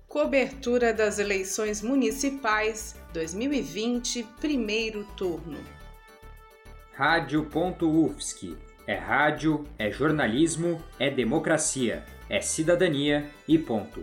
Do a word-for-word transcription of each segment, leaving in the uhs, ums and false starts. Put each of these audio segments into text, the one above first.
Cobertura das eleições municipais dois mil e vinte, primeiro turno. Rádio.ufsc. É rádio, é jornalismo, é democracia, é cidadania e ponto.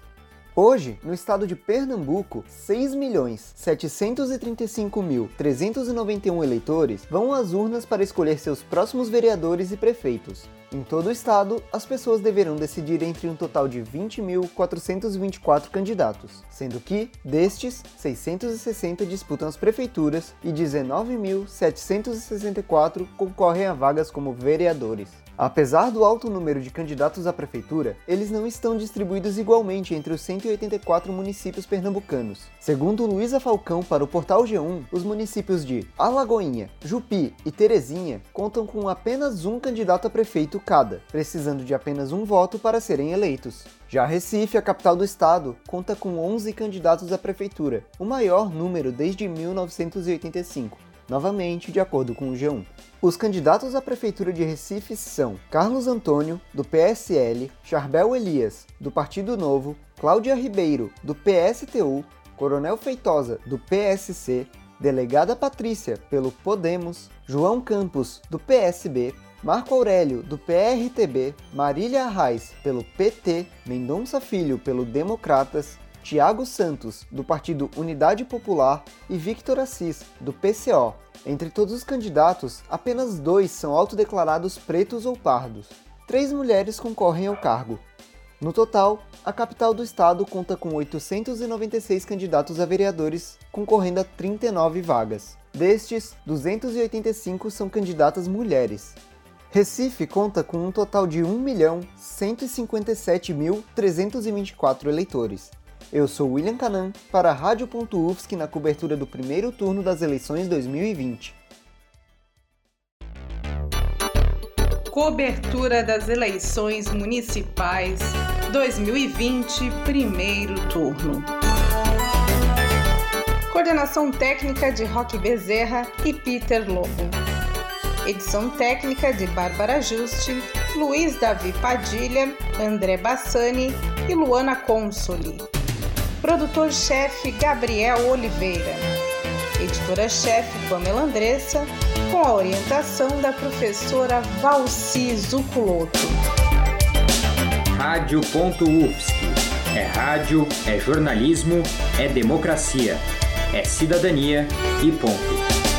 Hoje, no estado de Pernambuco, seis milhões setecentos e trinta e cinco mil trezentos e noventa e um eleitores vão às urnas para escolher seus próximos vereadores e prefeitos. Em todo o estado, as pessoas deverão decidir entre um total de vinte mil quatrocentos e vinte e quatro candidatos, sendo que, destes, seiscentos e sessenta disputam as prefeituras e dezenove mil setecentos e sessenta e quatro concorrem a vagas como vereadores. Apesar do alto número de candidatos à prefeitura, eles não estão distribuídos igualmente entre os cento e oitenta e quatro municípios pernambucanos. Segundo Luísa Falcão para o Portal G um, os municípios de Alagoinha, Jupi e Terezinha contam com apenas um candidato a prefeito cada, precisando de apenas um voto para serem eleitos. Já Recife, a capital do estado, conta com onze candidatos à prefeitura, o maior número desde mil novecentos e oitenta e cinco. Novamente, de acordo com o G um. Os candidatos à Prefeitura de Recife são Carlos Antônio, do P S L, Charbel Elias, do Partido Novo, Cláudia Ribeiro, do P S T U, Coronel Feitosa, do P S C, Delegada Patrícia, pelo Podemos, João Campos, do P S B, Marco Aurélio, do P R T B, Marília Arraes, pelo P T, Mendonça Filho, pelo Democratas, Tiago Santos, do Partido Unidade Popular e Victor Assis, do P C O. Entre todos os candidatos, apenas dois são autodeclarados pretos ou pardos. Três mulheres concorrem ao cargo. No total, a capital do estado conta com oitocentos e noventa e seis candidatos a vereadores, concorrendo a trinta e nove vagas. Destes, duzentos e oitenta e cinco são candidatas mulheres. Recife conta com um total de um milhão cento e cinquenta e sete mil trezentos e vinte e quatro eleitores. Eu sou William Canan para a Rádio.ufsc na cobertura do primeiro turno das eleições dois mil e vinte. Cobertura das eleições municipais dois mil e vinte, primeiro turno. Coordenação técnica de Roque Bezerra e Peter Lobo. Edição técnica de Bárbara Juste, Luiz Davi Padilha, André Bassani e Luana Consoli. Produtor-chefe Gabriel Oliveira. Editora-chefe Pamela Andressa, com a orientação da professora Valci Zuculoto. Rádio.ufsc. É rádio, é jornalismo, é democracia, é cidadania e ponto.